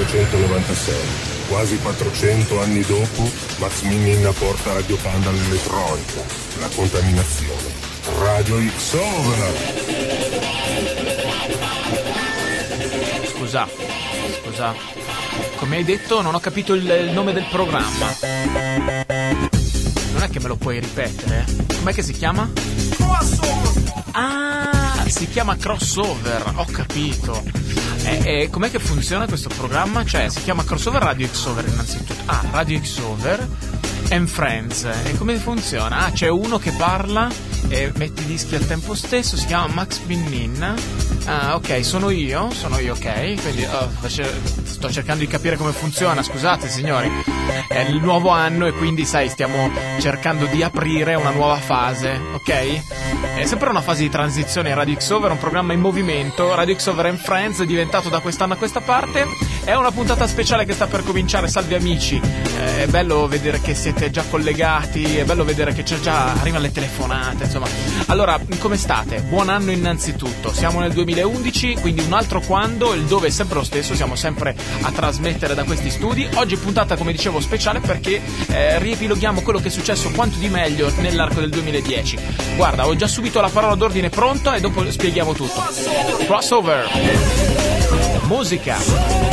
1996. Quasi 400 anni dopo, Max Minnin porta Radio Panda all'elettronica, la contaminazione. Radio X-Over! Scusa, come hai detto non ho capito il nome del programma. Non è che me lo puoi ripetere? Com'è che si chiama? Ah, si chiama Crossover, ho capito. E com'è che funziona questo programma? Cioè, si chiama Crossover Radio X-Over innanzitutto. Ah, Radio X-Over and Friends. E come funziona? Ah, c'è uno che parla e mette i dischi al tempo stesso, si chiama Max Minnin. Ah, ok, sono io, ok. Quindi sto cercando di capire come funziona, scusate signori. È il nuovo anno e quindi, sai, stiamo cercando di aprire una nuova fase, ok? È sempre una fase di transizione. Radio X-Over è un programma in movimento. Radio X-Over and Friends è diventato da quest'anno a questa parte. È una puntata speciale che sta per cominciare. Salve amici, è bello vedere che siete già collegati, è bello vedere che arrivano le telefonate, insomma. Allora, come state? Buon anno innanzitutto. Siamo nel 2011, quindi un altro quando, il dove è sempre lo stesso, siamo sempre a trasmettere da questi studi. Oggi puntata, come dicevo, speciale perché riepiloghiamo quello che è successo quanto di meglio nell'arco del 2010. Guarda, ho già subito la parola d'ordine pronta e dopo spieghiamo tutto. Crossover. Musica.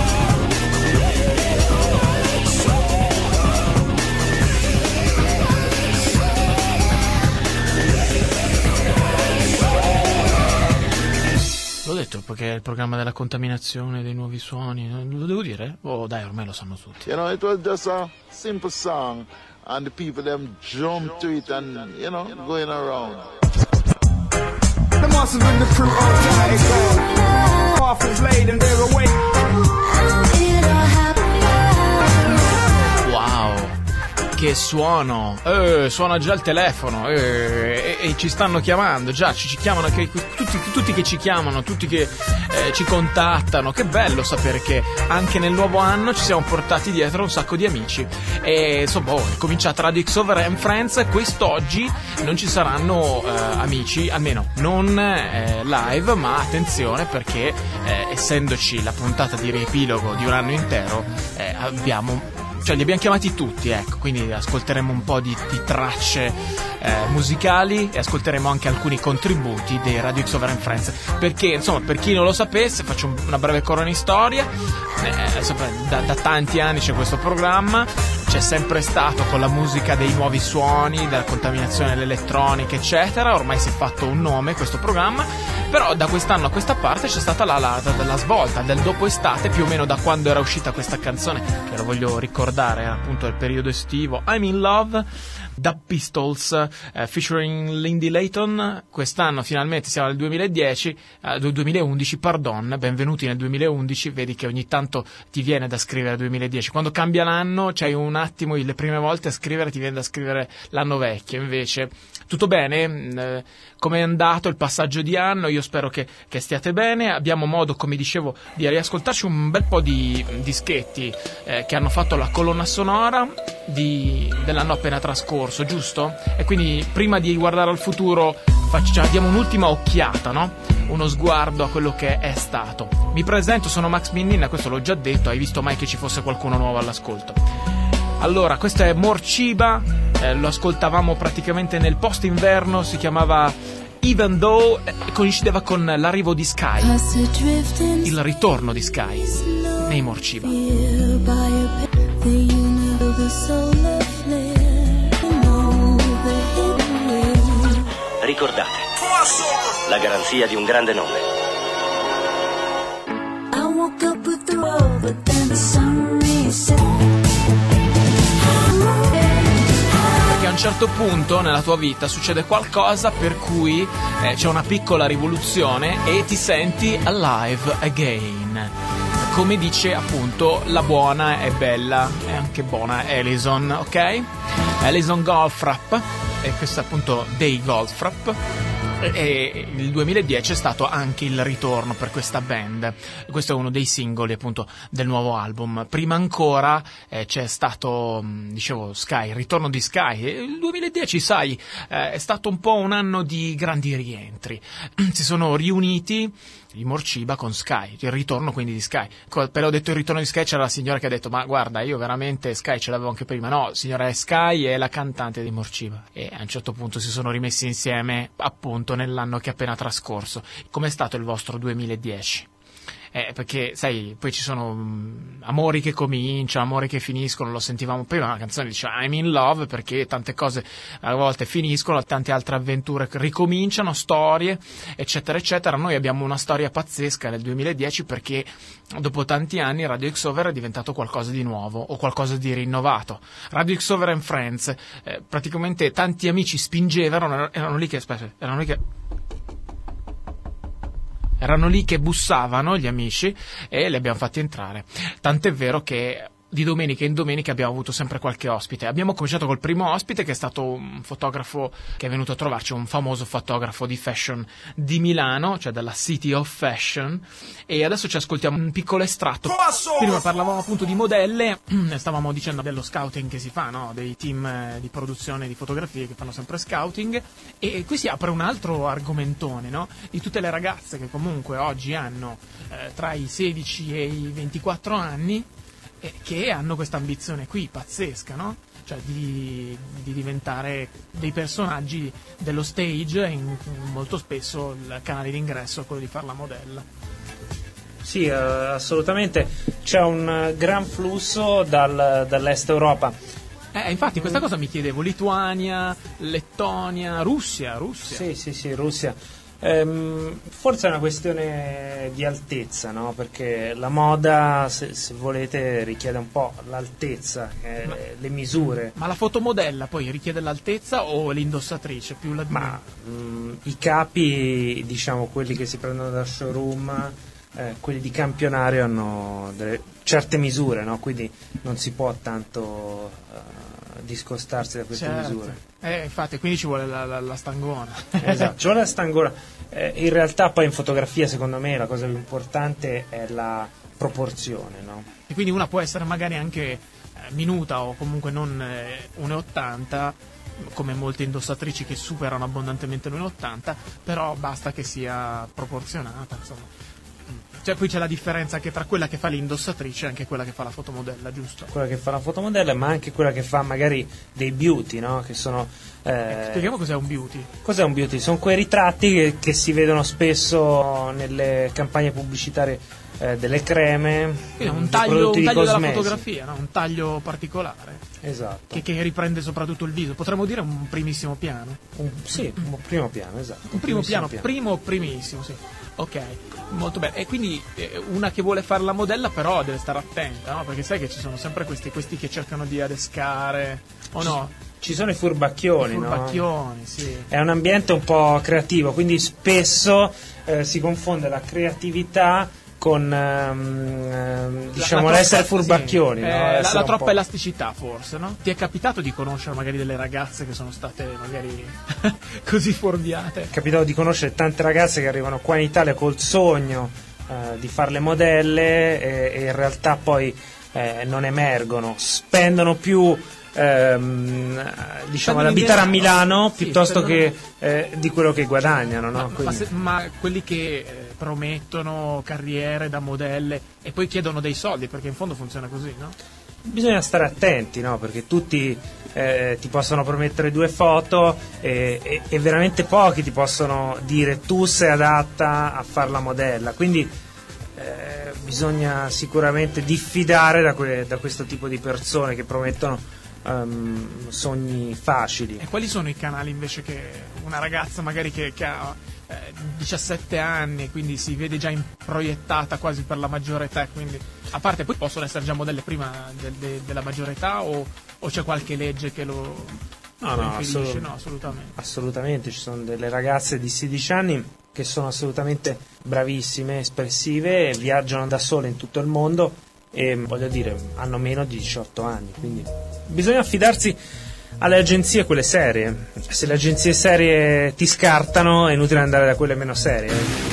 L'ho detto perché è il programma della contaminazione dei nuovi suoni. Lo devo dire? Oh dai, ormai lo sanno tutti. You know, it was just a simple song and the people them jump to it and, you know, going around. The muscles in the crew all tight. Off is laid and they're away. Wow, che suono! Suona già il telefono e ci stanno chiamando, già ci chiamano, tutti che ci chiamano, tutti che ci contattano. Che bello sapere che anche nel nuovo anno ci siamo portati dietro un sacco di amici. E insomma, è cominciata Radio X-Over and Friends. Quest'oggi non ci saranno amici, almeno non live, ma attenzione perché essendoci la puntata di riepilogo di un anno intero, li abbiamo chiamati tutti, ecco, quindi ascolteremo un po' di tracce musicali e ascolteremo anche alcuni contributi dei Radio X-Over and Friends, perché insomma, per chi non lo sapesse, faccio una breve cronistoria. Da tanti anni c'è questo programma, c'è sempre stato con la musica dei nuovi suoni, della contaminazione dell'elettronica eccetera, ormai si è fatto un nome questo programma, però da quest'anno a questa parte c'è stata la svolta del dopo estate, più o meno da quando era uscita questa canzone, che lo voglio ricordare, era appunto il periodo estivo, I'm in Love, Dub Pistols featuring Lindy Layton. Quest'anno finalmente siamo nel 2011, benvenuti nel 2011. Vedi che ogni tanto ti viene da scrivere 2010, quando cambia l'anno c'hai un attimo, le prime volte a scrivere ti viene da scrivere l'anno vecchio. Invece tutto bene? Come è andato il passaggio di anno? Io spero che stiate bene. Abbiamo modo, come dicevo, di riascoltarci un bel po' di dischetti che hanno fatto la colonna sonora dell'anno appena trascorso, giusto? E quindi prima di guardare al futuro diamo un'ultima occhiata, no? Uno sguardo a quello che è stato. Mi presento, sono Max Minnin, questo l'ho già detto, hai visto mai che ci fosse qualcuno nuovo all'ascolto? Allora, questo è Morciba, lo ascoltavamo praticamente nel post-inverno, si chiamava Even Though, coincideva con l'arrivo di Sky, il ritorno di Sky nei Morciba. Ricordate, la garanzia di un grande nome. I woke up with the world, but then the sun reset. Perché a un certo punto nella tua vita succede qualcosa per cui c'è una piccola rivoluzione e ti senti alive again. Come dice appunto la buona e bella e anche buona Alison, ok? Alison Goldfrapp, e questo è appunto dei Goldfrapp. E il 2010 è stato anche il ritorno per questa band. Questo è uno dei singoli appunto del nuovo album. Prima ancora c'è stato, dicevo, Sky, il ritorno di Sky. Il 2010, sai, è stato un po' un anno di grandi rientri. Si sono riuniti di Morciba con Sky, il ritorno quindi di Sky. Però ho detto il ritorno di Sky, c'era la signora che ha detto ma guarda, io veramente Sky ce l'avevo anche prima. No, signora, è Sky e la cantante di Morciba, e a un certo punto si sono rimessi insieme appunto nell'anno che è appena trascorso. Com'è stato il vostro 2010? Perché sai, poi ci sono amori che cominciano, amori che finiscono. Lo sentivamo prima, una canzone diceva I'm in love, perché tante cose a volte finiscono, tante altre avventure ricominciano, storie eccetera eccetera. Noi abbiamo una storia pazzesca nel 2010 perché dopo tanti anni Radio X-Over è diventato qualcosa di nuovo o qualcosa di rinnovato. Radio X-Over and Friends, praticamente tanti amici spingevano, erano lì che bussavano gli amici e li abbiamo fatti entrare. Tant'è vero che di domenica in domenica abbiamo avuto sempre qualche ospite. Abbiamo cominciato col primo ospite, che è stato un fotografo che è venuto a trovarci, un famoso fotografo di fashion di Milano, cioè della City of Fashion, e adesso ci ascoltiamo un piccolo estratto. Prima parlavamo appunto di modelle, stavamo dicendo dello scouting che si fa, no? Dei team di produzione di fotografie che fanno sempre scouting, e qui si apre un altro argomentone, no? Di tutte le ragazze che comunque oggi hanno tra i 16 e i 24 anni, che hanno questa ambizione qui pazzesca, no? Cioè di diventare dei personaggi dello stage, e molto spesso il canale d'ingresso è quello di fare la modella. Sì, assolutamente. C'è un gran flusso dall'est Europa. Infatti questa cosa mi chiedevo: Lituania, Lettonia, Russia. Sì, Russia. Forse è una questione di altezza, no? Perché la moda, se volete, richiede un po' l'altezza, le misure. Ma la fotomodella poi richiede l'altezza o l'indossatrice? I capi, diciamo, quelli che si prendono da showroom, quelli di campionario hanno delle certe misure, no? Quindi non si può tanto discostarsi da queste misure. Infatti, quindi ci vuole la stangona. Esatto, ci vuole la stangona. In realtà poi in fotografia, secondo me, la cosa più importante è la proporzione, no? E quindi una può essere magari anche minuta o comunque non 1,80, come molte indossatrici che superano abbondantemente l'1,80, però basta che sia proporzionata, insomma. Cioè poi c'è la differenza anche tra quella che fa l'indossatrice e anche quella che fa la fotomodella, giusto? Quella che fa la fotomodella, ma anche quella che fa magari dei beauty, no? Che sono spieghiamo cos'è un beauty. Cos'è un beauty? Sono quei ritratti che si vedono spesso nelle campagne pubblicitarie delle creme, un taglio della fotografia, no? Un taglio particolare. Esatto. Che riprende soprattutto il viso. Potremmo dire un primissimo piano. Un primo piano, esatto. Un primissimo, sì. Ok, molto bene. E quindi una che vuole fare la modella però deve stare attenta, no? Perché sai che ci sono sempre questi che cercano di adescare, o no? Ci sono i furbacchioni, no? Sì. È un ambiente un po' creativo, quindi spesso si confonde la creatività con l'essere furbacchioni, sì. No? La troppa elasticità, forse, no? Ti è capitato di conoscere magari delle ragazze che sono state magari così fuorviate? È capitato di conoscere tante ragazze che arrivano qua in Italia col sogno di fare le modelle e in realtà poi non emergono, spendono più l'abitare a Milano piuttosto che di quello che guadagnano, no? Ma quelli che promettono carriere da modelle e poi chiedono dei soldi, perché in fondo funziona così, no? Bisogna stare attenti, no? Perché tutti ti possono promettere 2 foto e veramente pochi ti possono dire tu sei adatta a far la modella, quindi bisogna sicuramente diffidare da questo tipo di persone che promettono sogni facili. E quali sono i canali invece che una ragazza magari che ha 17 anni, quindi si vede già proiettata quasi per la maggiore età, quindi a parte poi possono essere già modelle prima della maggiore età o c'è qualche legge che lo impedisce? No, assolutamente, ci sono delle ragazze di 16 anni che sono assolutamente bravissime, espressive, viaggiano da sole in tutto il mondo e voglio dire hanno meno di 18 anni, quindi bisogna affidarsi alle agenzie, quelle serie. Se le agenzie serie ti scartano è inutile andare da quelle meno serie.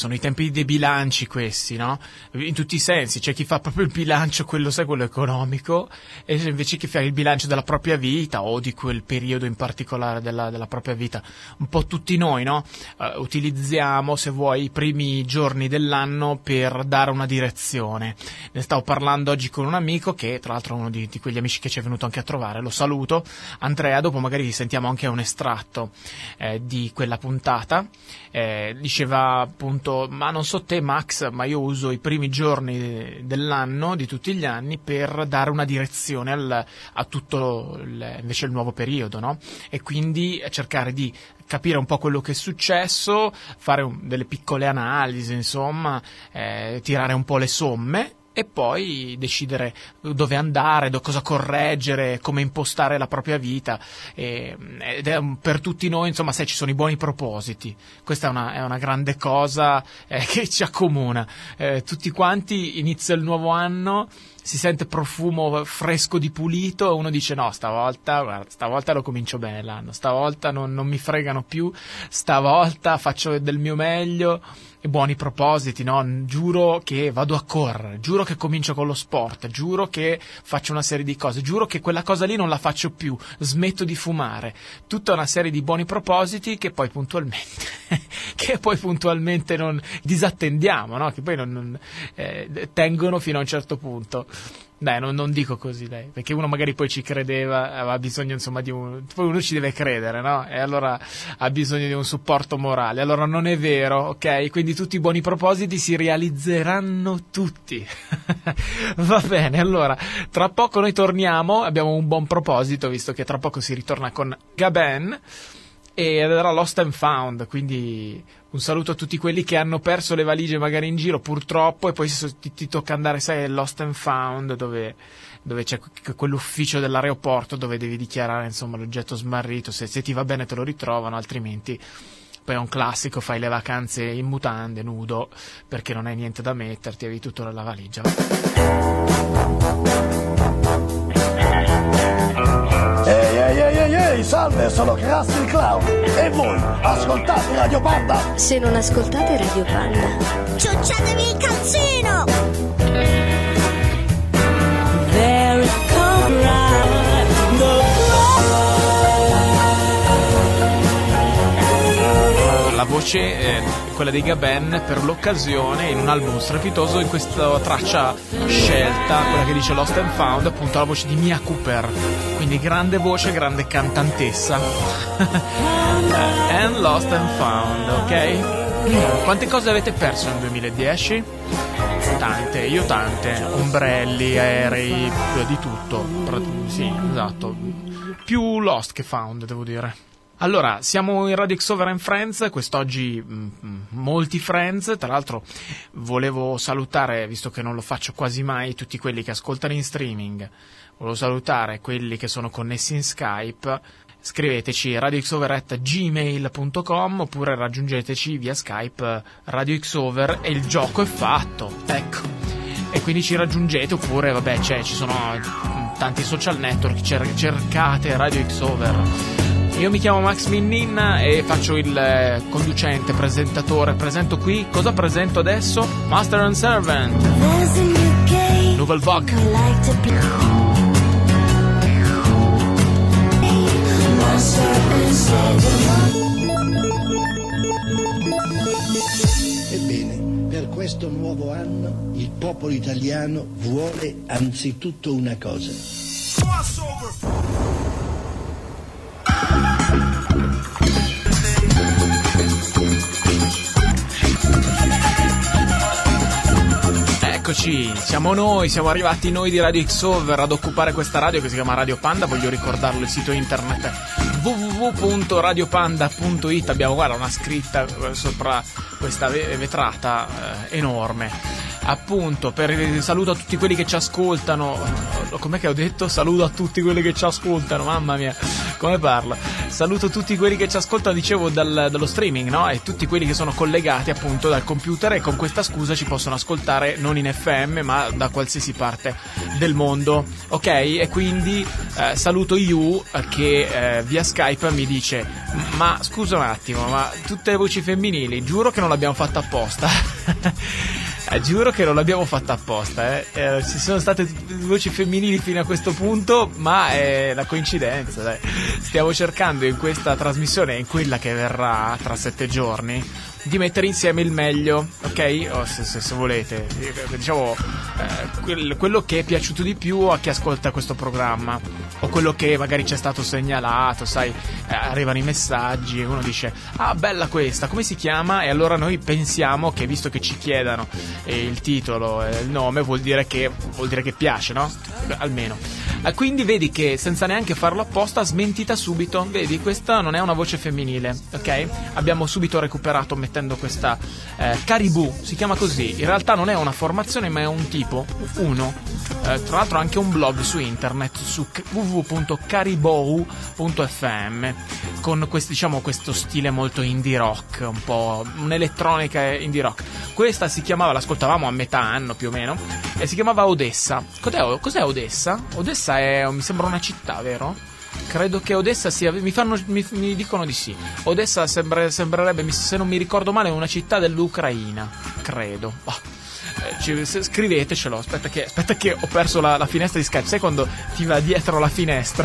sono i tempi dei bilanci questi, no? In tutti i sensi, c'è chi fa proprio il bilancio, quello economico, e invece chi fa il bilancio della propria vita o di quel periodo in particolare della propria vita. Un po' tutti noi, no? Utilizziamo, se vuoi, i primi giorni dell'anno per dare una direzione. Ne stavo parlando oggi con un amico che, tra l'altro, è uno di quegli amici che ci è venuto anche a trovare, lo saluto, Andrea. Dopo magari sentiamo anche un estratto di quella puntata. Diceva appunto: ma non so te Max, ma io uso i primi giorni dell'anno, di tutti gli anni, per dare una direzione a tutto invece il nuovo periodo, no? E quindi cercare di capire un po' quello che è successo, fare delle piccole analisi, insomma, tirare un po' le somme e poi decidere dove andare, cosa correggere, come impostare la propria vita, ed è per tutti noi, insomma, se ci sono i buoni propositi, questa è una grande cosa che ci accomuna, tutti quanti. Inizia il nuovo anno, si sente profumo fresco di pulito e uno dice: no, stavolta lo comincio bene l'anno, stavolta non mi fregano più, stavolta faccio del mio meglio. E buoni propositi, no? Giuro che vado a correre, giuro che comincio con lo sport, giuro che faccio una serie di cose, giuro che quella cosa lì non la faccio più, smetto di fumare. Tutta una serie di buoni propositi che poi puntualmente non disattendiamo, no? Che poi non tengono fino a un certo punto. Dai, non dico così, dai, perché uno magari poi ci credeva, aveva bisogno, insomma, poi uno ci deve credere, no? E allora ha bisogno di un supporto morale. Allora non è vero, ok? Quindi tutti i buoni propositi si realizzeranno tutti. Va bene, allora tra poco noi torniamo, abbiamo un buon proposito, visto che tra poco si ritorna con Gaben ed era Lost and Found, quindi un saluto a tutti quelli che hanno perso le valigie magari in giro, purtroppo, e poi ti tocca andare, sai, Lost and Found, dove c'è quell'ufficio dell'aeroporto dove devi dichiarare, insomma, l'oggetto smarrito. Se ti va bene te lo ritrovano, altrimenti poi è un classico, fai le vacanze in mutande, nudo, perché non hai niente da metterti, avevi tutto nella valigia. Ehi, salve, sono Krusty il Clown. E voi, ascoltate Radio Panda? Se non ascoltate Radio Panda, ciucciatevi il calzino! there it come right, La voce quella dei Gaben per l'occasione, in un album strepitoso, in questa traccia scelta, quella che dice Lost and Found, appunto la voce di Mia Cooper, quindi grande voce, grande cantantessa. And Lost and Found, ok? Quante cose avete perso nel 2010? Tante, io tante, ombrelli, aerei, di tutto, sì, esatto, più Lost che Found, devo dire. Allora, siamo in Radio Xover and Friends, quest'oggi molti friends, tra l'altro volevo salutare, visto che non lo faccio quasi mai, tutti quelli che ascoltano in streaming, volevo salutare quelli che sono connessi in Skype, scriveteci radioxover@gmail.com oppure raggiungeteci via Skype Radio Xover e il gioco è fatto, ecco, e quindi ci raggiungete, oppure vabbè ci sono tanti social network, cercate Radio Xover. Io mi chiamo Max Minnin e faccio il conducente, presentatore. Presento qui, cosa presento adesso? Master and Servant, Nouvelle Vogue. Ebbene, per questo nuovo anno il popolo italiano vuole anzitutto una cosa. Eccoci, siamo noi, siamo arrivati noi di Radio Xover ad occupare questa radio che si chiama Radio Panda. Voglio ricordarlo, il sito internet è www.radiopanda.it. abbiamo, guarda, una scritta sopra questa vetrata enorme, appunto, per saluto a tutti quelli che ci ascoltano. Com'è che ho detto? Saluto a tutti quelli che ci ascoltano, mamma mia, come parlo. saluto tutti quelli che ci ascoltano, dicevo, dallo streaming, no? E tutti quelli che sono collegati appunto dal computer e con questa scusa ci possono ascoltare non in FM ma da qualsiasi parte del mondo, ok? E quindi saluto Yu che via Skype mi dice: ma scusa un attimo, ma tutte le voci femminili, giuro che non l'abbiamo fatta apposta. Giuro che non l'abbiamo fatta apposta, ci sono state voci femminili fino a questo punto, ma è la coincidenza, dai. Stiamo cercando in questa trasmissione e in quella che verrà tra 7 giorni di mettere insieme il meglio, ok? O se volete, diciamo quello che è piaciuto di più a chi ascolta questo programma, o quello che magari ci è stato segnalato, sai, arrivano i messaggi e uno dice: ah, bella questa, come si chiama? E allora noi pensiamo che, visto che ci chiedano il titolo e il nome, vuol dire che piace, no? Almeno. Quindi vedi che senza neanche farlo apposta, smentita subito, vedi, questa non è una voce femminile, ok? Abbiamo subito recuperato mettendo questa Caribou, si chiama così, in realtà non è una formazione ma è un tipo, uno, tra l'altro ha anche un blog su internet su www.caribou.fm con questo stile molto indie rock, un po' un'elettronica indie rock. Questa si chiamava, l'ascoltavamo a metà anno più o meno, e si chiamava Odessa. Cos'è Odessa? Odessa mi sembra una città, vero? Credo che Odessa sia, mi dicono di sì. Odessa sembrerebbe, se non mi ricordo male, una città dell'Ucraina, credo. Scrivetecelo. Aspetta che ho perso la finestra di Skype. Sai quando ti va dietro la finestra?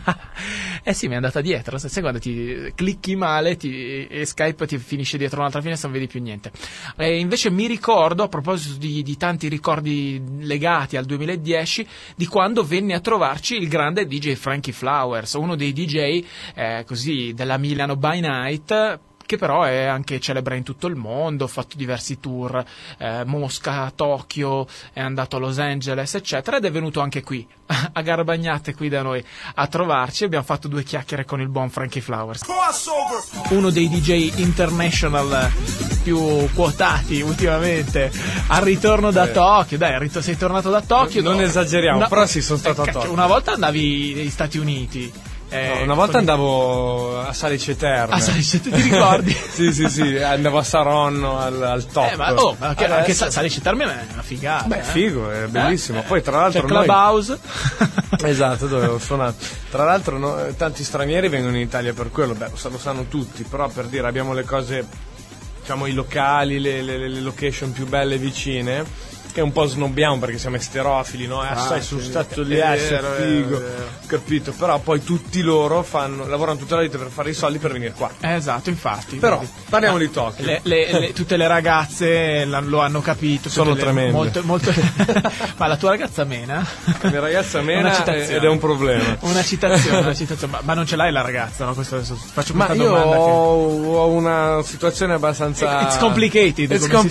Sì, mi è andata dietro. Sai quando ti clicchi male e Skype ti finisce dietro un'altra finestra, non vedi più niente. Invece mi ricordo, a proposito di tanti ricordi legati al 2010, di quando venne a trovarci il grande DJ Frankie Flowers, uno dei DJ così della Milano by Night, che però è anche celebre in tutto il mondo, ha fatto diversi tour, Mosca, Tokyo, è andato a Los Angeles, eccetera, ed è venuto anche qui, a Garbagnate, qui da noi, a trovarci. Abbiamo fatto 2 chiacchiere con il buon Frankie Flowers, uno dei DJ international più quotati ultimamente, al ritorno da Tokyo. Dai, sei tornato da Tokyo. Non esageriamo, però sì, sono stato a Tokyo. Una volta andavi negli Stati Uniti. Una volta andavo a Salice Terme. Ti ricordi? sì, andavo a Saronno al top. Anche Salice Terme è una figata. Beh, figo, è bellissimo. Poi tra l'altro c'è Clubhouse. Esatto, dove ho suonato. Tra l'altro tanti stranieri vengono in Italia per quello, lo sanno tutti, però per dire, abbiamo le cose, diciamo, i locali, le location più belle vicine, che un po' snobbiamo perché siamo esterofili, no? Sai, sono stato lì, figo, capito? Però poi tutti loro lavorano tutta la vita per fare i soldi per venire qua. Esatto, infatti. Però parliamo di Tokyo. Tutte le ragazze lo hanno capito. Sono tremende. Molto Ma la tua ragazza mena? La mia ragazza mena ed è un problema. Una citazione. Ma non ce l'hai la ragazza, no? Questo adesso faccio questa domanda. Ma io ho una situazione abbastanza... It's complicated.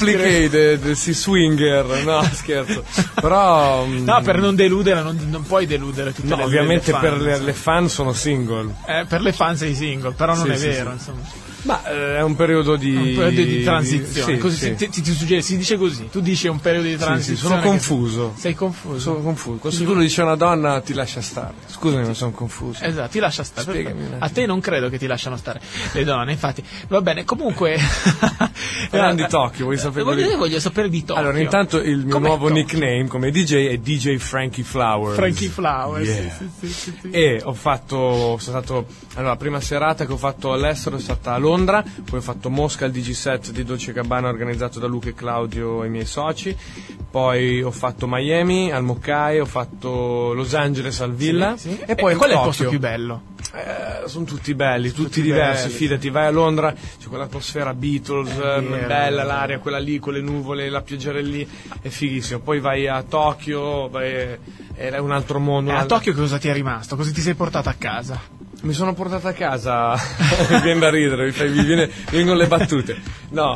Si swinger, no, scherzo. Però no, per non deludere, non puoi deludere tutte le ovviamente le per le fan sono single. Per le fan sei single, però non è vero, insomma. Ma è un periodo di transizione. Sì. Ti suggerisce, si dice così. Tu dici è un periodo di transizione. Sì, sono confuso. Sei confuso? Sono confuso. Quando tu lo dici a una donna, ti lascia stare. Scusami, ma sono confuso. Esatto, ti lascia stare. Spiegami. A te non credo che ti lasciano stare le donne, infatti. Va bene, comunque. Parliamo di Tokyo, vuoi sapere? Voglio sapere di Tokyo. Allora, intanto il mio nuovo nickname come DJ è DJ Frankie Flowers. Frankie Flowers. Yeah. Sì. E sono stato. Allora, la prima serata che ho fatto all'estero è stata a Londra, poi ho fatto Mosca al DJ7 di Dolce & Gabbana organizzato da Luca e Claudio, i miei soci, poi ho fatto Miami al Moccai, ho fatto Los Angeles al Villa, sì. E poi qual è Tokyo. Il posto più bello? Sono tutti belli, tutti diversi, fidati, vai a Londra, c'è quell'atmosfera Beatles, bella l'aria, quella lì, con le nuvole, la pioggerella, è fighissimo. Poi vai a Tokyo, è un altro mondo. A Tokyo cosa ti è rimasto? Cosa ti sei portato a casa? Mi sono portato a casa, viene da ridere, vengono le battute. No,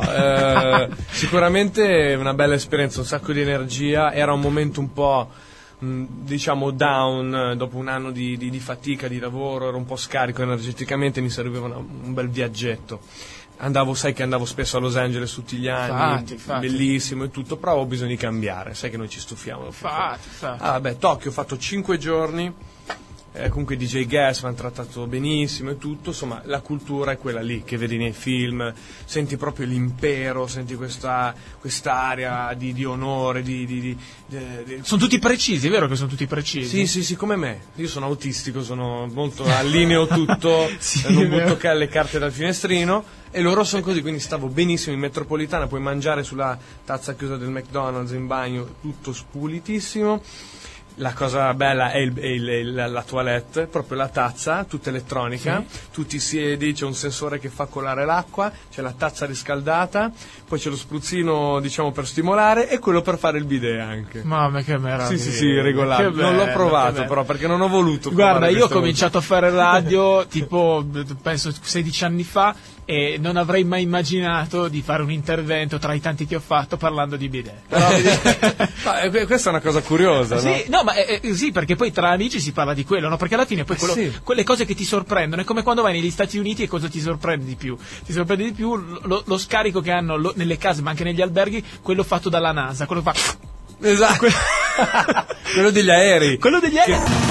sicuramente una bella esperienza, un sacco di energia, era un momento un po', diciamo, down, dopo un anno di fatica, di lavoro, ero un po' scarico energeticamente, mi serviva un bel viaggetto. Sai che andavo spesso a Los Angeles tutti gli anni, infatti. Bellissimo e tutto, però avevo bisogno di cambiare, sai che noi ci stufiamo. Infatti. Tokyo ho fatto 5 giorni. comunque DJ Gas mi hanno trattato benissimo e tutto, insomma la cultura è quella lì che vedi nei film, senti proprio l'impero, senti quest'area di onore, sono tutti precisi, è vero che sono tutti precisi? Sì, come me, io sono autistico, sono molto allineo tutto, non butto le carte dal finestrino, e loro sono così, quindi stavo benissimo in metropolitana, puoi mangiare sulla tazza chiusa del McDonald's in bagno, tutto pulitissimo. La cosa bella è la toilette, proprio la tazza, tutta elettronica, tu ti siedi, c'è un sensore che fa colare l'acqua, c'è la tazza riscaldata, poi c'è lo spruzzino, diciamo, per stimolare e quello per fare il bidet anche. Mamma, che meraviglia. Sì, regolare. Non l'ho provato però, perché non ho voluto. Guarda, io ho cominciato a fare radio tipo, penso 16 anni fa, e non avrei mai immaginato di fare un intervento tra i tanti che ho fatto parlando di bidet. Però, questa è una cosa curiosa, sì, no? Ma sì, perché poi tra amici si parla di quello, no? Perché alla fine poi quelle cose che ti sorprendono è come quando vai negli Stati Uniti e cosa ti sorprende di più? Ti sorprende di più lo scarico che hanno nelle case, ma anche negli alberghi, quello fatto dalla NASA, quello fa... Esatto. Quello degli aerei. Quello degli aerei.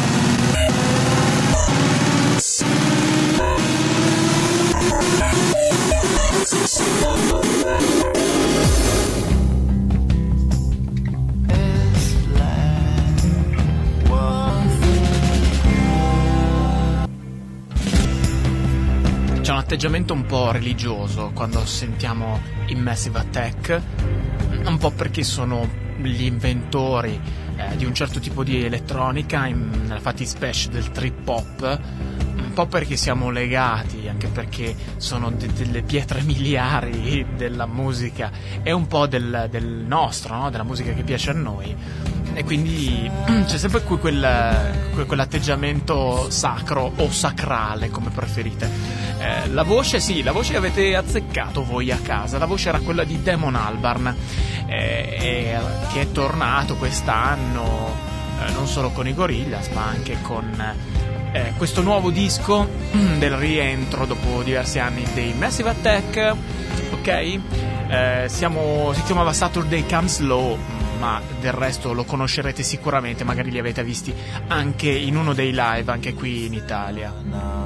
C'è un atteggiamento un po' religioso quando sentiamo i Massive Attack, un po' perché sono gli inventori di un certo tipo di elettronica, nella fattispecie del trip hop, un po' perché siamo legati, anche perché sono delle pietre miliari della musica e un po' del nostro, no? Della musica che piace a noi, e quindi c'è sempre quell'atteggiamento sacro o sacrale, come preferite. La voce avete azzeccato voi a casa, la voce era quella di Damon Albarn, che è tornato quest'anno non solo con i Gorillaz ma anche con questo nuovo disco del rientro dopo diversi anni dei Massive Attack, ok? Si chiamava Saturday Comes Low, ma del resto lo conoscerete sicuramente, magari li avete visti anche in uno dei live anche qui in Italia.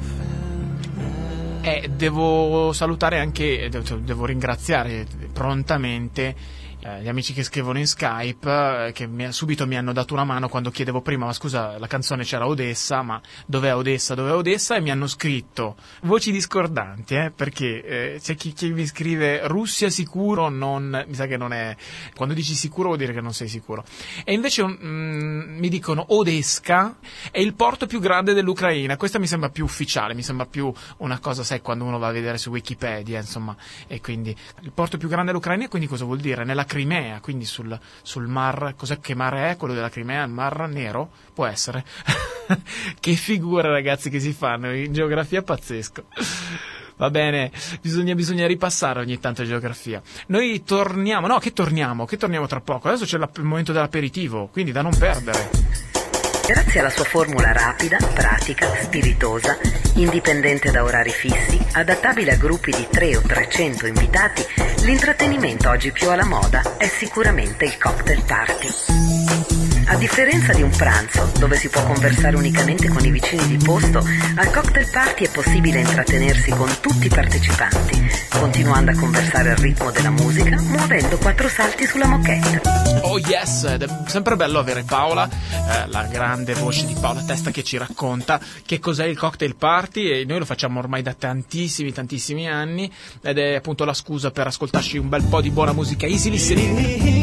Devo salutare anche, devo ringraziare prontamente gli amici che scrivono in Skype, che subito mi hanno dato una mano quando chiedevo prima, ma scusa, la canzone c'era Odessa, ma dov'è Odessa, e mi hanno scritto voci discordanti, perché c'è chi mi scrive Russia sicuro, mi sa che non è, quando dici sicuro vuol dire che non sei sicuro, e invece mi dicono Odessa è il porto più grande dell'Ucraina. Questa mi sembra più ufficiale, mi sembra più una cosa, sai, quando uno va a vedere su Wikipedia, insomma, e quindi il porto più grande dell'Ucraina, quindi cosa vuol dire? Nella Crimea, quindi sul mar, cos'è, che mare è quello della Crimea? Il Mar Nero? Può essere. Che figure, ragazzi, che si fanno in geografia, pazzesco. Va bene, bisogna ripassare ogni tanto geografia. Noi torniamo tra poco. Adesso c'è il momento dell'aperitivo, quindi da non perdere. Grazie alla sua formula rapida, pratica, spiritosa, indipendente da orari fissi, adattabile a gruppi di 3 o 300 invitati, l'intrattenimento oggi più alla moda è sicuramente il cocktail party. A differenza di un pranzo, dove si può conversare unicamente con i vicini di posto, al cocktail party è possibile intrattenersi con tutti i partecipanti, continuando a conversare al ritmo della musica, muovendo 4 salti sulla moquette. Oh yes, ed è sempre bello avere Paola, la grande voce di Paola Testa, che ci racconta che cos'è il cocktail party, e noi lo facciamo ormai da tantissimi anni, ed è appunto la scusa per ascoltarci un bel po' di buona musica easy listening.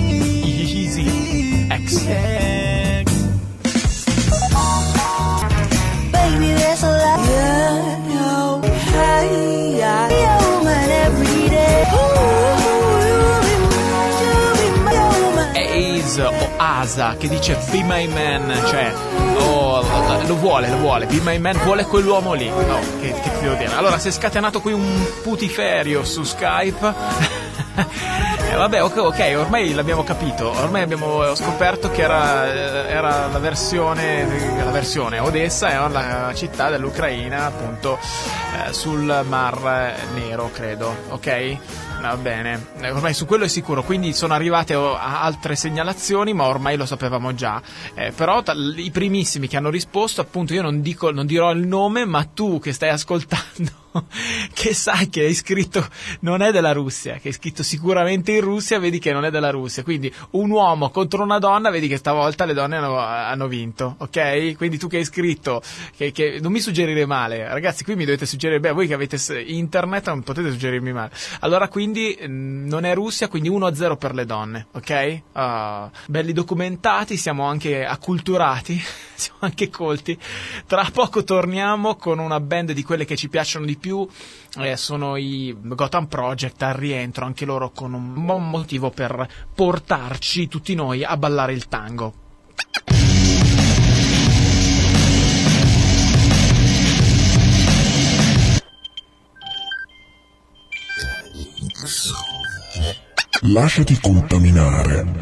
Easy X. Baby, there's a lot. Woman every day. Ace o Asa che dice Be My Man, cioè lo vuole, Be My Man, vuole quell'uomo lì. No, che ti devo dire? Allora, si è scatenato qui un putiferio su Skype. Vabbè, ok, ormai l'abbiamo capito, ormai abbiamo scoperto che era la versione Odessa è la città dell'Ucraina, appunto, sul Mar Nero, credo, ok? Va bene, ormai su quello è sicuro, quindi sono arrivate altre segnalazioni, ma ormai lo sapevamo già. Però i primissimi che hanno risposto, appunto, io non dirò il nome, ma tu che stai ascoltando, che sai che hai scritto non è della Russia, che hai scritto sicuramente in Russia, vedi che non è della Russia. Quindi un uomo contro una donna, vedi che stavolta le donne hanno vinto, ok? Quindi tu che hai scritto, che non mi suggerire male, ragazzi, qui mi dovete suggerire bene, voi che avete internet non potete suggerirmi male. Allora quindi non è Russia, quindi 1-0 per le donne, ok? Belli documentati, siamo anche acculturati, siamo anche colti. Tra poco torniamo con una band di quelle che ci piacciono di più, sono i Gotham Project al rientro, anche loro con un buon motivo per portarci tutti noi a ballare il tango. Lasciati contaminare.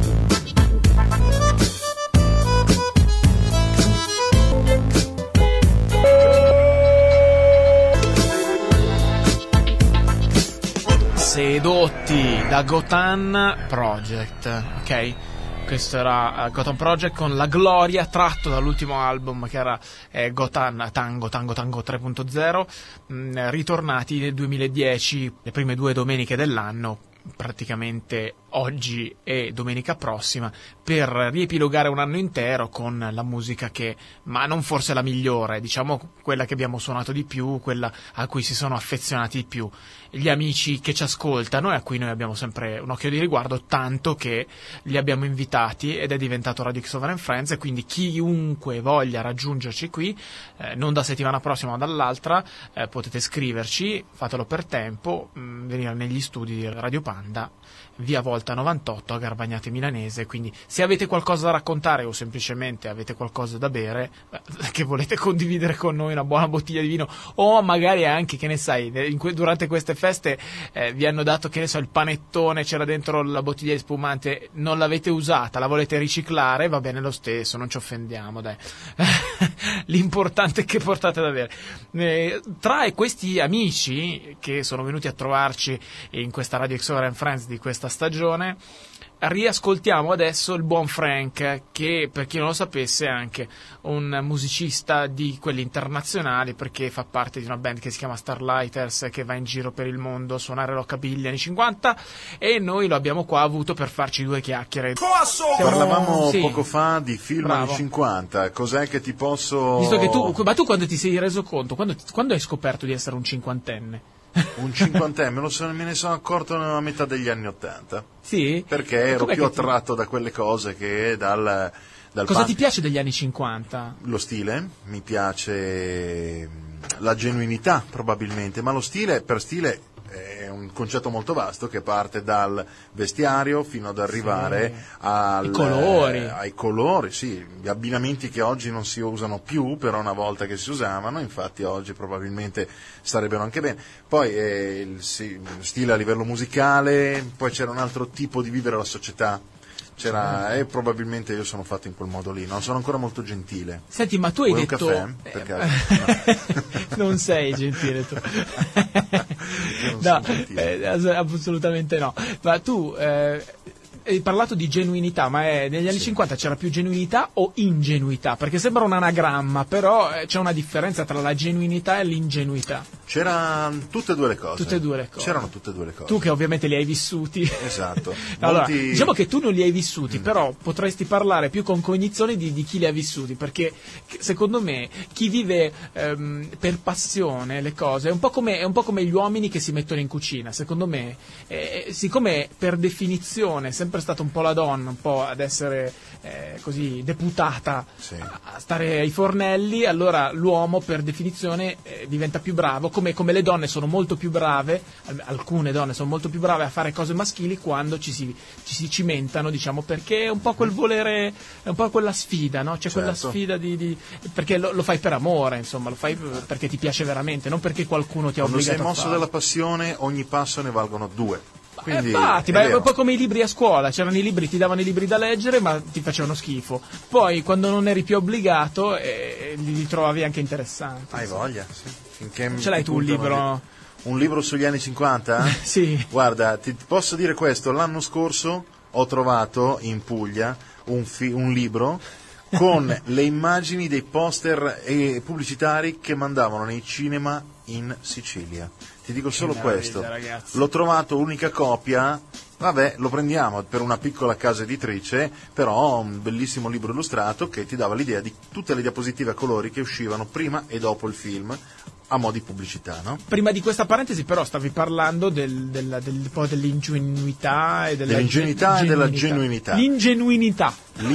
Sedotti da Gotham Project, ok? Questo era Gotham Project con La Gloria, tratto dall'ultimo album che era Gotham Tango 3.0, ritornati nel 2010, le prime 2 domeniche dell'anno, praticamente oggi e domenica prossima, per riepilogare un anno intero con la musica che, ma non forse la migliore, diciamo quella che abbiamo suonato di più, quella a cui si sono affezionati di più gli amici che ci ascoltano e a cui noi abbiamo sempre un occhio di riguardo, tanto che li abbiamo invitati ed è diventato Radio X Over and Friends. E quindi chiunque voglia raggiungerci qui, non da settimana prossima ma dall'altra, potete scriverci, fatelo per tempo, venire negli studi di Radio Panda, via Volta 98 a Garbagnate Milanese. Quindi se avete qualcosa da raccontare o semplicemente avete qualcosa da bere che volete condividere con noi, una buona bottiglia di vino, o magari anche, che ne sai, durante queste feste vi hanno dato, che ne so, il panettone, c'era dentro la bottiglia di spumante, non l'avete usata, la volete riciclare, va bene lo stesso, non ci offendiamo, dai. L'importante è che portate da bere. Tra questi amici che sono venuti a trovarci in questa Radio X Over and Friends di questa stagione, riascoltiamo adesso il buon Frank, che per chi non lo sapesse è anche un musicista di quelli internazionali, perché fa parte di una band che si chiama Starlighters, che va in giro per il mondo a suonare rockabilly anni 50, e noi lo abbiamo qua avuto per farci 2 chiacchiere. Parlavamo poco fa di film anni 50, cos'è che ti posso... Visto che tu quando ti sei reso conto, quando hai scoperto di essere un cinquantenne? Un cinquantenne, me ne sono accorto nella metà degli anni 80. Sì? Perché ero più attratto da quelle cose che dal Cosa ti piace degli anni 50? Lo stile, mi piace la genuinità probabilmente, ma lo stile, per stile, è un concetto molto vasto che parte dal vestiario fino ad arrivare ai colori, sì, gli abbinamenti che oggi non si usano più, però una volta che si usavano, infatti oggi probabilmente starebbero anche bene. Poi il stile a livello musicale, poi c'era un altro tipo di vivere la società. E probabilmente io sono fatto in quel modo lì, non sono ancora molto gentile. Senti, ma tu hai detto un caffè? Non sei gentile tu. No, assolutamente no. Ma tu hai parlato di genuinità, ma negli anni 50 c'era più genuinità o ingenuità? Perché sembra un anagramma, però c'è una differenza tra la genuinità e l'ingenuità. C'erano tutte e due le cose. C'erano tutte e due le cose. Tu che ovviamente li hai vissuti. Esatto. Allora, diciamo che tu non li hai vissuti, però potresti parlare più con cognizione di chi li ha vissuti, perché secondo me chi vive per passione le cose è un po' come gli uomini che si mettono in cucina. Secondo me, siccome per definizione è sempre stata un po' la donna, un po' ad essere così deputata a stare ai fornelli, allora l'uomo per definizione diventa più bravo, come le donne sono molto più brave, alcune donne sono molto più brave a fare cose maschili quando ci si cimentano, diciamo, perché è un po' quel volere, è un po' quella sfida, no? C'è quella sfida perché lo fai per amore, insomma, lo fai perché ti piace veramente, non perché qualcuno ti ha obbligato a farlo. Quando sei mosso dalla passione, ogni passo ne valgono 2. Quindi, infatti, è un po' come i libri a scuola, c'erano i libri, ti davano i libri da leggere ma ti facevano schifo, poi quando non eri più obbligato li trovavi anche interessanti. Hai voglia, sì. Finché ce l'hai tu un libro Un libro sugli anni 50? Sì. Guarda, ti posso dire questo, l'anno scorso ho trovato in Puglia un libro con le immagini dei poster pubblicitari che mandavano nei cinema in Sicilia. Ti dico solo questo, ragazzi. L'ho trovato, unica copia, vabbè, lo prendiamo per una piccola casa editrice, però un bellissimo libro illustrato che ti dava l'idea di tutte le diapositive a colori che uscivano prima e dopo il film, a mo' di pubblicità, no? Prima di questa parentesi però stavi parlando dell'ingenuità e dell'ingenuità e della genuinità. L'ingenuinità.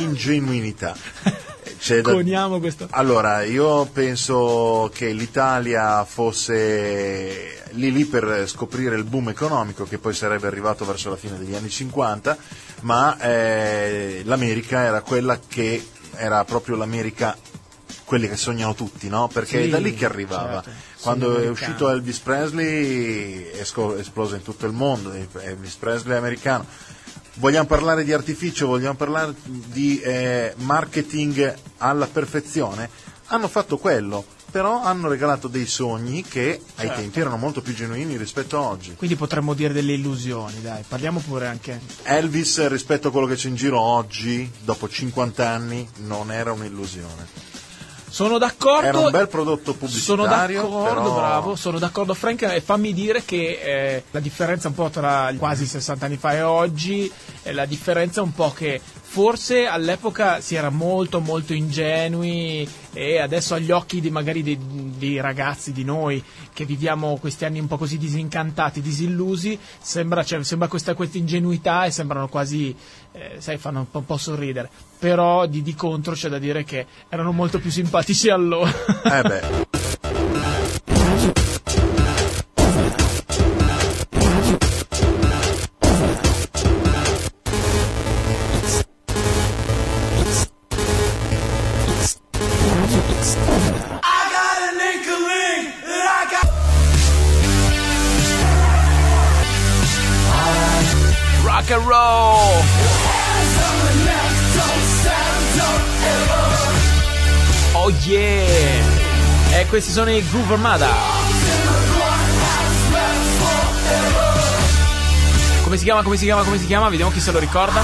Coniamo questo. Allora, io penso che l'Italia fosse lì per scoprire il boom economico che poi sarebbe arrivato verso la fine degli anni 50, ma l'America era quella che era proprio l'America, quelli che sognano tutti, no? Perché è da lì che arrivava. Certo. Quando è uscito Elvis Presley è esploso in tutto il mondo, Elvis Presley è americano. Vogliamo parlare di artificio, vogliamo parlare di marketing alla perfezione? Hanno fatto quello, però hanno regalato dei sogni che ai tempi erano molto più genuini rispetto a oggi. Quindi potremmo dire delle illusioni, dai, parliamo pure anche. Elvis rispetto a quello che c'è in giro oggi, dopo 50 anni, non era un'illusione. Sono d'accordo. Era un bel prodotto pubblicitario. Sono d'accordo, però... bravo. Sono d'accordo, Frank. E fammi dire che la differenza un po' tra quasi 60 anni fa e oggi, la differenza è un po' che forse all'epoca si era molto molto ingenui e adesso agli occhi magari dei ragazzi di noi che viviamo questi anni un po' così disincantati, disillusi, sembra questa ingenuità e sembrano quasi, fanno un po' sorridere. Però di contro c'è da dire che erano molto più simpatici allora. Rock and roll. Oh yeah! E questi sono i Groove Armada. Come si chiama? Vediamo chi se lo ricorda.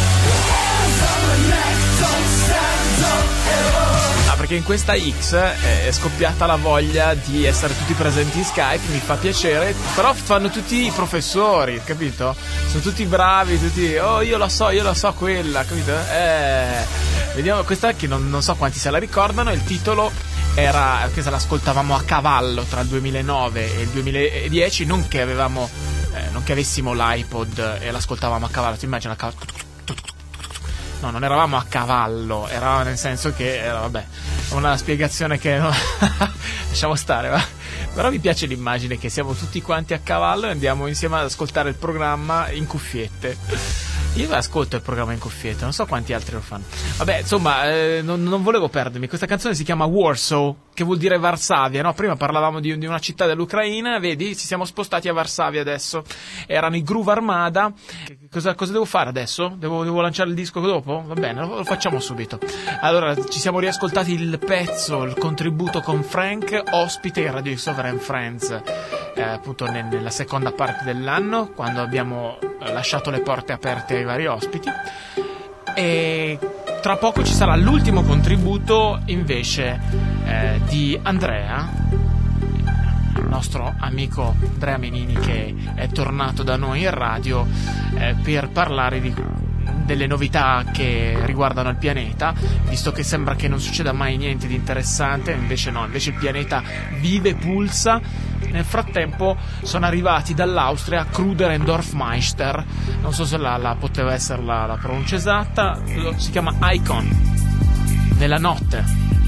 Perché in questa X è scoppiata la voglia di essere tutti presenti in Skype, mi fa piacere, però fanno tutti i professori, capito? Sono tutti bravi, tutti, io lo so quella, capito? Vediamo questa che non so quanti se la ricordano, il titolo era, questa l'ascoltavamo a cavallo tra il 2009 e il 2010, non che avessimo l'iPod e l'ascoltavamo a cavallo, ti immagini a cavallo? No, non eravamo a cavallo, era nel senso che era, vabbè, una spiegazione che no, lasciamo stare, va. Però mi piace l'immagine che siamo tutti quanti a cavallo e andiamo insieme ad ascoltare il programma in cuffiette. Io ascolto il programma in cuffiette, non so quanti altri lo fanno. Vabbè, insomma, non volevo perdermi. Questa canzone si chiama Warsaw, che vuol dire Varsavia, no? Prima parlavamo di una città dell'Ucraina, vedi? Ci siamo spostati a Varsavia adesso. Erano i Groove Armada. Cosa devo fare adesso? Devo lanciare il disco dopo? Va bene, lo facciamo subito. Allora, ci siamo riascoltati il pezzo, il contributo con Frank, ospite in Radio X Over and Friends, appunto nella seconda parte dell'anno, quando abbiamo lasciato le porte aperte ai vari ospiti. E tra poco ci sarà l'ultimo contributo invece di Andrea, il nostro amico Andrea Menini, che è tornato da noi in radio per parlare delle novità che riguardano il pianeta, visto che sembra che non succeda mai niente di interessante, invece no, invece il pianeta vive, pulsa. Nel frattempo sono arrivati dall'Austria Kruder e Dorfmeister, non so se poteva essere la pronuncia esatta, si chiama Icon, nella notte.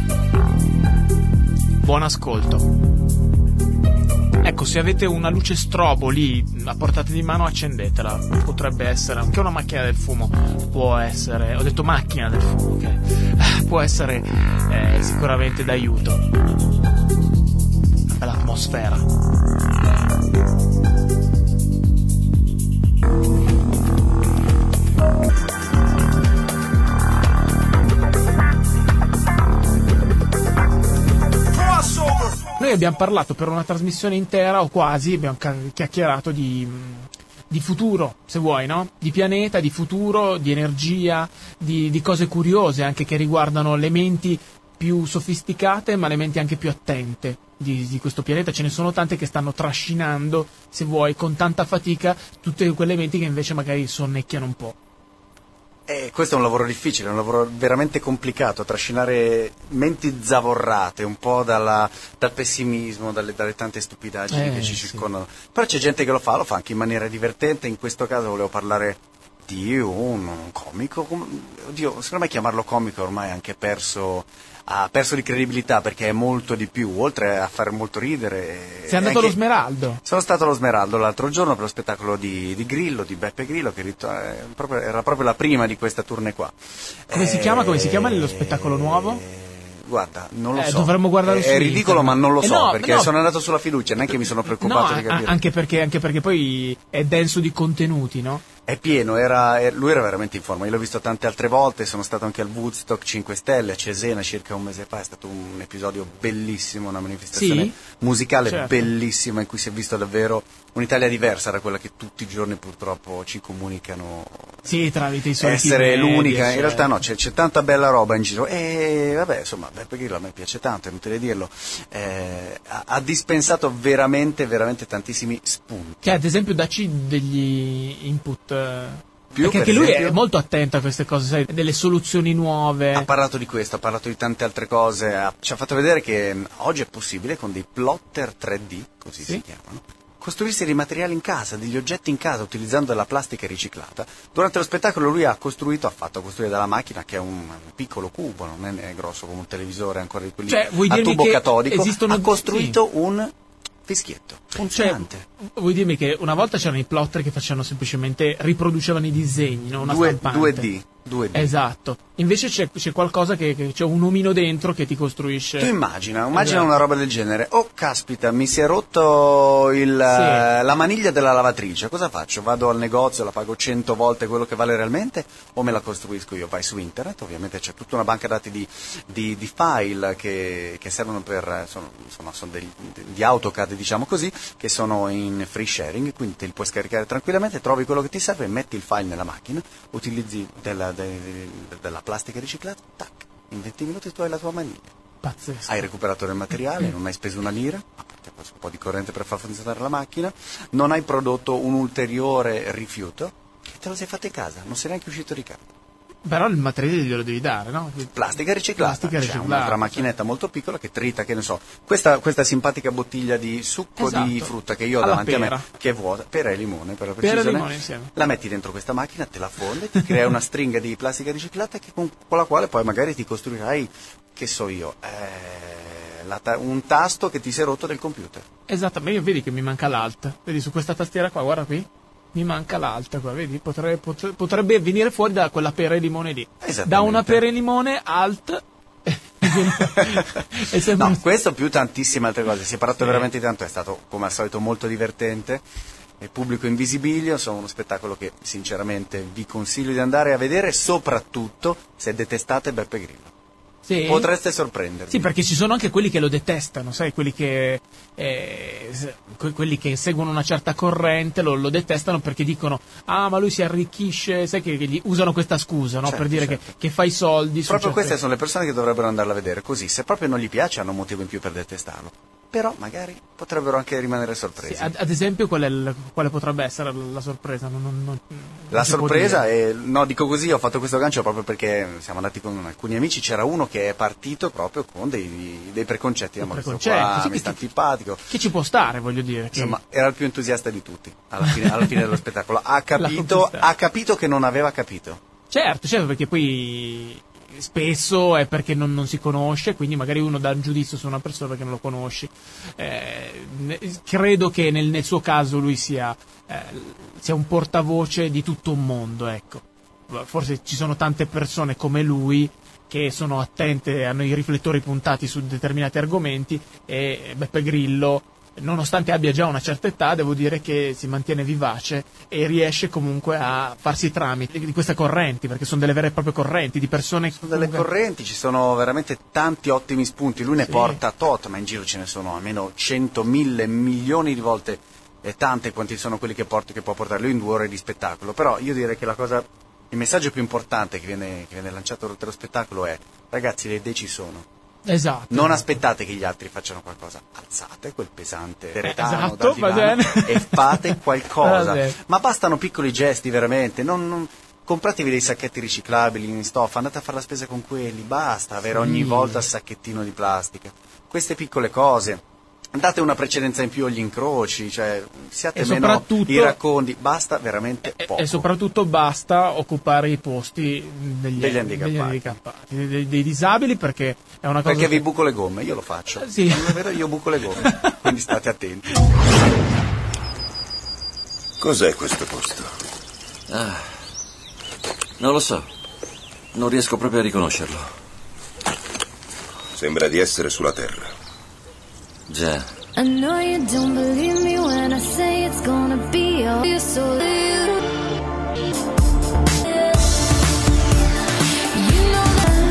Buon ascolto. Ecco, se avete una luce strobo lì a portata di mano, accendetela. Potrebbe essere anche una macchina del fumo, può essere, ho detto macchina del fumo, che può essere sicuramente d'aiuto. Una bella atmosfera. noi abbiamo parlato per una trasmissione intera o quasi, abbiamo chiacchierato di futuro, se vuoi, no? Di pianeta, di futuro, di energia, di cose curiose anche che riguardano le menti più sofisticate ma le menti anche più attente di questo pianeta. Ce ne sono tante che stanno trascinando, se vuoi, con tanta fatica tutte quelle menti che invece magari sonnecchiano un po'. Questo è un lavoro difficile, è un lavoro veramente complicato, trascinare menti zavorrate un po' dal pessimismo, dalle tante stupidaggini che ci circondano. Però c'è gente che lo fa anche in maniera divertente. In questo caso volevo parlare di un comico, oddio, secondo me chiamarlo comico ormai ha perso di credibilità, perché è molto di più, oltre a fare molto ridere. Sei andato allo Smeraldo? Sono stato allo Smeraldo l'altro giorno per lo spettacolo di Grillo, di Beppe Grillo, che era proprio la prima di questa tournée qua. Come si chiama lo spettacolo nuovo? Guarda, non lo so. Dovremmo guardarlo su È ridicolo, internet. ma non lo so, perché no. sono andato sulla fiducia, neanche mi sono preoccupato di capire. Anche perché poi è denso di contenuti, no? È pieno, lui era veramente in forma. Io l'ho visto tante altre volte, sono stato anche al Woodstock 5 Stelle a Cesena circa un mese fa. È stato un episodio bellissimo, una manifestazione musicale bellissima, in cui si è visto davvero un'Italia diversa da quella che tutti i giorni purtroppo ci comunicano. Sì, tramite i soliti essere media, l'unica, cioè. In realtà no, c'è tanta bella roba in giro. E vabbè, insomma, Beppe Grillo a me piace tanto, è inutile dirlo. Ha dispensato veramente, veramente tantissimi spunti. Che ad esempio dacci degli input. Perché anche lui è molto attento a queste cose, sai, delle soluzioni nuove. Ha parlato di questo, ha parlato di tante altre cose, ci ha fatto vedere che oggi è possibile con dei plotter 3D, così si chiamano, costruirsi dei materiali in casa, degli oggetti in casa utilizzando della plastica riciclata. Durante lo spettacolo lui ha fatto costruire dalla macchina, che è un piccolo cubo, non è grosso come un televisore, ancora di quelli a tubo catodico, ha costruito un fischietto funzionante. Vuoi dirmi che una volta c'erano i plotter che facevano semplicemente, riproducevano i disegni, no? Una stampante. 2D. Esatto. Invece c'è qualcosa che c'è un omino dentro che ti costruisce. Tu immagina una roba del genere. Oh caspita, mi si è rotto la maniglia della lavatrice. Cosa faccio? Vado al negozio, la pago 100 volte quello che vale realmente, o me la costruisco io? Vai su internet, ovviamente c'è tutta una banca dati di file che servono per sono di AutoCAD, diciamo così, che sono in free sharing, quindi te li puoi scaricare tranquillamente, trovi quello che ti serve, metti il file nella macchina, utilizzi della plastica riciclata, tac, in 20 minuti tu hai la tua maniglia. Pazzesco. Hai recuperato del materiale, non hai speso una lira, a parte un po' di corrente per far funzionare la macchina, non hai prodotto un ulteriore rifiuto, che te lo sei fatto in casa, non sei neanche uscito di casa. Però il materiale glielo devi dare, no? Plastica riciclata. C'è un'altra macchinetta molto piccola che trita, che ne so, questa simpatica bottiglia di succo di frutta che io ho davanti a me, che è vuota, pera e limone per la precisione, pera e limone insieme. La metti dentro questa macchina, te la fonde, ti crea una stringa di plastica riciclata con la quale poi magari ti costruirai, che so io, un tasto che ti si è rotto del computer. Esattamente, io vedi che mi manca l'alt, vedi su questa tastiera qua, guarda qui. Mi manca l'alta qua, vedi? Potrebbe venire fuori da quella pera e limone lì. Da una pera e limone, alt. No, questo più tantissime altre cose. Si è parlato veramente tanto, è stato come al solito molto divertente. Il Pubblico Invisibilio, sono uno spettacolo che sinceramente vi consiglio di andare a vedere, soprattutto se detestate Beppe Grillo. Sì. Potreste sorprendervi. Sì, perché ci sono anche quelli che lo detestano, sai, quelli che seguono una certa corrente lo detestano perché dicono ma lui si arricchisce, sai, che gli usano questa scusa, no? Per dire che fa i soldi. Proprio queste sono le persone che dovrebbero andarla a vedere, così se proprio non gli piace hanno un motivo in più per detestarlo. Però magari potrebbero anche rimanere sorpresi. Sì, ad esempio quale potrebbe essere la sorpresa? La sorpresa è, no, dico così, ho fatto questo gancio proprio perché siamo andati con alcuni amici, c'era uno che è partito proprio con dei preconcetti, mi sta antipatico. Che ci può stare, voglio dire. Insomma, era il più entusiasta di tutti alla fine dello spettacolo. Ha capito che non aveva capito. Certo, perché poi spesso è perché non si conosce, quindi magari uno dà un giudizio su una persona perché non lo conosci. Credo che nel suo caso lui sia un portavoce di tutto un mondo, ecco. Forse ci sono tante persone come lui che sono attente, hanno i riflettori puntati su determinati argomenti, e Beppe Grillo nonostante abbia già una certa età, devo dire che si mantiene vivace e riesce comunque a farsi tramite di queste correnti, perché sono delle vere e proprie correnti di persone. Sono delle correnti, ci sono veramente tanti ottimi spunti, lui ne porta tot, ma in giro ce ne sono almeno 100, 1000, milioni di volte, e tante quanti sono quelli che può portare lui in 2 ore di spettacolo. Però io direi che il messaggio più importante che viene lanciato durante lo spettacolo è: ragazzi, le idee ci sono. Esatto. Non aspettate che gli altri facciano qualcosa, alzate quel pesante retano esatto, dal divano e fate qualcosa. Ma bastano piccoli gesti, veramente. Non compratevi dei sacchetti riciclabili in stoffa, andate a fare la spesa con quelli, basta avere ogni volta il sacchettino di plastica. Queste piccole cose. Date una precedenza in più agli incroci, cioè siate meno iracondi, basta veramente poco. E soprattutto basta occupare i posti degli handicappati, dei disabili, perché è una cosa. Perché vi buco le gomme, io lo faccio. Sì. Non è vero, io buco le gomme, quindi state attenti. Cos'è questo posto? Non lo so, non riesco proprio a riconoscerlo. Sembra di essere sulla Terra. Già. I know you don't believe me when I say it's gonna be all you, so you know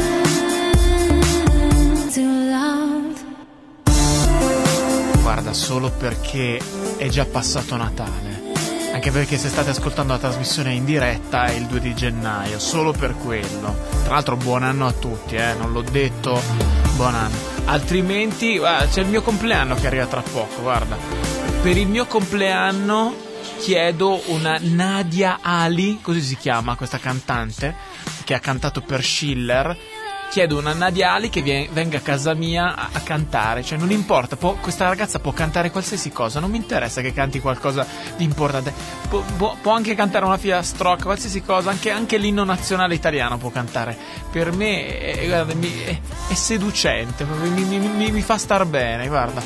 that too loud. Guarda, solo perché è già passato Natale, anche perché se state ascoltando la trasmissione in diretta è il 2 di gennaio, solo per quello. Tra l'altro buon anno a tutti, non l'ho detto, buon anno. Altrimenti, c'è il mio compleanno che arriva tra poco, guarda. Per il mio compleanno chiedo una Nadia Ali, così si chiama questa cantante, che ha cantato per Schiller. Chiedo una Nadia Ali che venga a casa mia a cantare, cioè non importa, questa ragazza può cantare qualsiasi cosa, non mi interessa che canti qualcosa di importante, può anche cantare una filastrocca, qualsiasi cosa, anche l'inno nazionale italiano può cantare. Per me guarda, è seducente, mi fa star bene, guarda.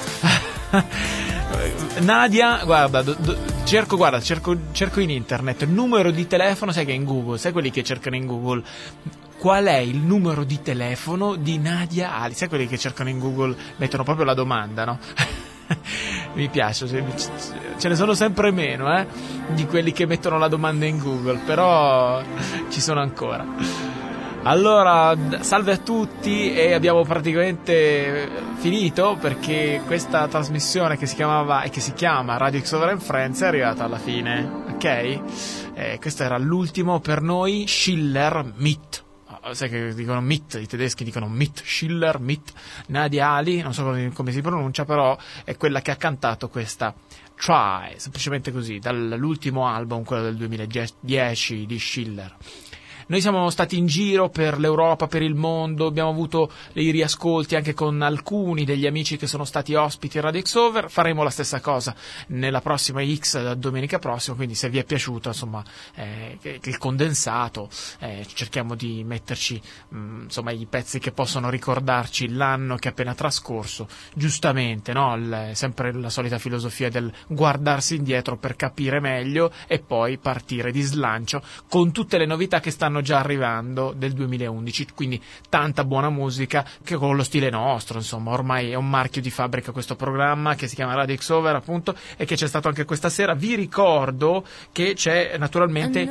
Nadia, guarda, cerco in internet il numero di telefono, sai che in Google, sai quelli che cercano in Google qual è il numero di telefono di Nadia Ali, sai quelli che cercano in Google, mettono proprio la domanda, no? Mi piace, ce ne sono sempre meno di quelli che mettono la domanda in Google, però ci sono ancora. Allora, salve a tutti, e abbiamo praticamente finito, perché questa trasmissione che si chiamava e che si chiama Radio X-Over and Friends è arrivata alla fine, ok? Questo era l'ultimo per noi, Schiller, Mit. Sai che dicono Mit, i tedeschi dicono Mit, Schiller, Mit. Nadia Ali, non so come si pronuncia, però è quella che ha cantato questa Try, semplicemente così, dall'ultimo album, quello del 2010 di Schiller. Noi siamo stati in giro per l'Europa, per il mondo, abbiamo avuto i riascolti anche con alcuni degli amici che sono stati ospiti a Radio X-Over. Faremo la stessa cosa nella prossima X domenica prossima, quindi se vi è piaciuto, insomma, il condensato, cerchiamo di metterci insomma i pezzi che possono ricordarci l'anno che è appena trascorso, giustamente, no? Sempre la solita filosofia del guardarsi indietro per capire meglio e poi partire di slancio con tutte le novità che stanno già arrivando del 2011, quindi tanta buona musica che con lo stile nostro, insomma, ormai è un marchio di fabbrica questo programma che si chiama Radio X-Over, appunto, e che c'è stato anche questa sera. Vi ricordo che c'è naturalmente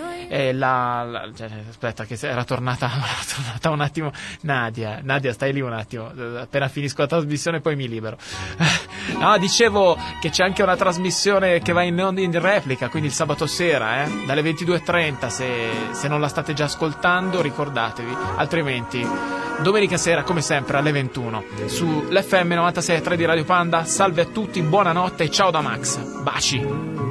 aspetta, che era tornata un attimo Nadia, stai lì un attimo, appena finisco la trasmissione poi mi libero. No, dicevo che c'è anche una trasmissione che va in replica, quindi il sabato sera, dalle 22:30, se non la state già ascoltando ricordatevi, altrimenti domenica sera come sempre alle 21 sull'FM 96.3 di Radio Panda. Salve a tutti, buonanotte e ciao da Max, baci.